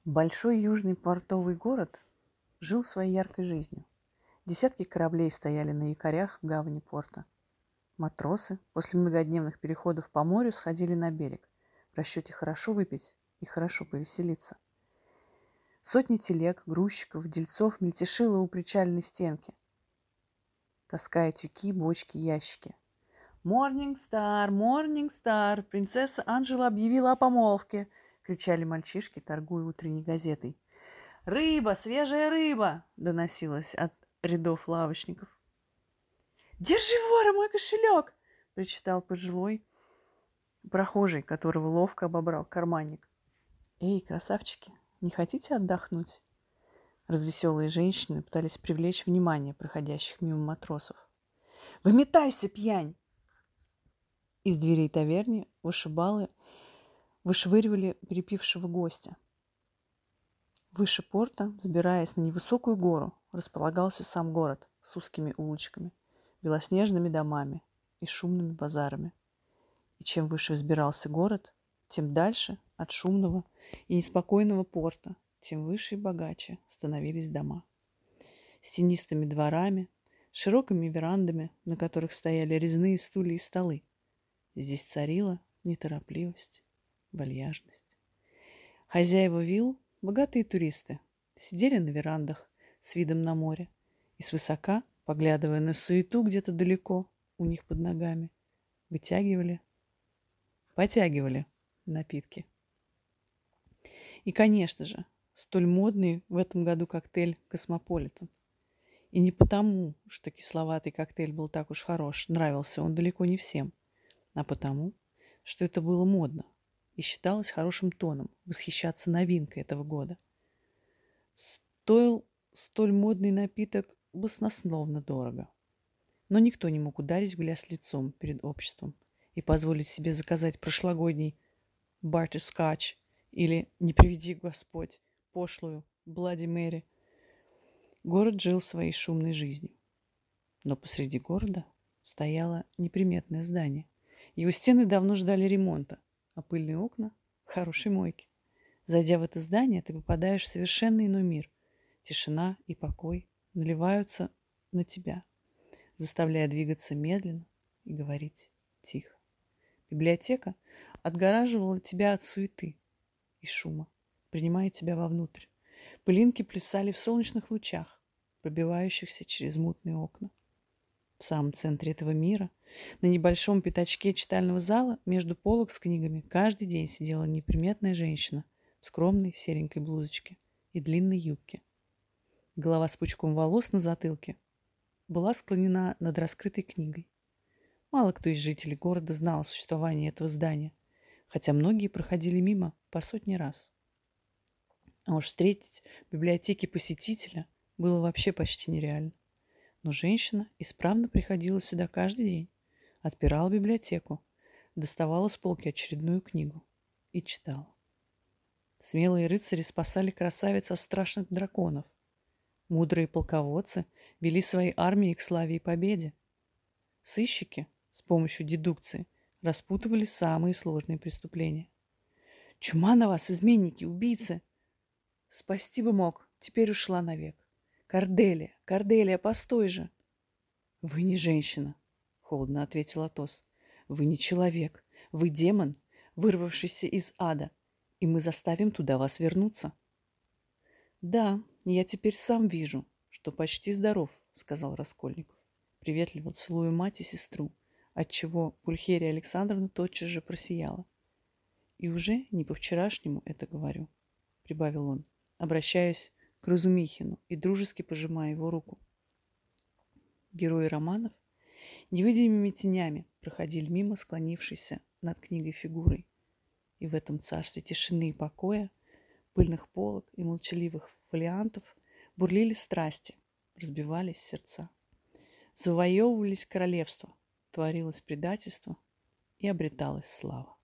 Большой южный портовый город жил своей яркой жизнью. Десятки кораблей стояли на якорях в гавани порта. Матросы после многодневных переходов по морю сходили на берег в расчете хорошо выпить и хорошо повеселиться. Сотни телег, грузчиков, дельцов мельтешило у причальной стенки, таская тюки, бочки, ящики. «Morning Star, принцесса Анжела объявила о помолвке!» — кричали мальчишки, торгуя утренней газетой. «Рыба, свежая рыба!» — доносилось от рядов лавочников. «Держи, вора, мой кошелек!» — причитал пожилой прохожий, которого ловко обобрал карманник. «Эй, красавчики, не хотите отдохнуть?» Развеселые женщины пытались привлечь внимание проходящих мимо матросов. «Выметайся, пьянь!» Из дверей таверни вышибалы вышвыривали перепившего гостя. Выше порта, взбираясь на невысокую гору, располагался сам город с узкими улочками, белоснежными домами и шумными базарами. И чем выше взбирался город, тем дальше от шумного и неспокойного порта, тем выше и богаче становились дома. С тенистыми дворами, широкими верандами, на которых стояли резные стулья и столы. Здесь царила неторопливость, вальяжность. Хозяева вилл, богатые туристы, сидели на верандах с видом на море и свысока, поглядывая на суету где-то далеко у них под ногами, потягивали напитки. И, конечно же, столь модный в этом году коктейль «Космополитен». И не потому, что кисловатый коктейль был так уж хорош, нравился он далеко не всем, а потому, что это было модно и считалось хорошим тоном восхищаться новинкой этого года. Стоил столь модный напиток баснословно дорого. Но никто не мог ударить в грязь лицом перед обществом и позволить себе заказать прошлогодний баттерскотч или, не приведи Господь, пошлую Блади Мэри. Город жил своей шумной жизнью. Но посреди города стояло неприметное здание. Его стены давно ждали ремонта, а пыльные окна — хорошей мойки. Зайдя в это здание, ты попадаешь в совершенно иной мир. Тишина и покой наливаются на тебя, заставляя двигаться медленно и говорить тихо. Библиотека отгораживала тебя от суеты и шума, принимая тебя вовнутрь. Пылинки плясали в солнечных лучах, пробивающихся через мутные окна. В самом центре этого мира, на небольшом пятачке читального зала, между полок с книгами, каждый день сидела неприметная женщина в скромной серенькой блузочке и длинной юбке. Голова с пучком волос на затылке была склонена над раскрытой книгой. Мало кто из жителей города знал о существовании этого здания, хотя многие проходили мимо по сотни раз. А уж встретить в библиотеке посетителя было вообще почти нереально. Но женщина исправно приходила сюда каждый день, отпирала библиотеку, доставала с полки очередную книгу и читала. Смелые рыцари спасали красавиц от страшных драконов. Мудрые полководцы вели свои армии к славе и победе. Сыщики с помощью дедукции распутывали самые сложные преступления. «Чума на вас, изменники, убийцы!» Спасти бы мог, теперь ушла навек. Корделия, постой же!» «Вы не женщина», — холодно ответил Атос. «Вы не человек. Вы демон, вырвавшийся из ада, и мы заставим туда вас вернуться». «Да, я теперь сам вижу, что почти здоров», — сказал Раскольников, приветливо целуя мать и сестру, отчего Пульхерия Александровна тотчас же просияла. «И уже не по-вчерашнему это говорю», — прибавил он, обращаясь к Разумихину и дружески пожимая его руку. Герои романов невидимыми тенями проходили мимо склонившейся над книгой фигурой. И в этом царстве тишины и покоя, пыльных полок и молчаливых фолиантов бурлили страсти, разбивались сердца. Завоевывались королевства, творилось предательство и обреталась слава.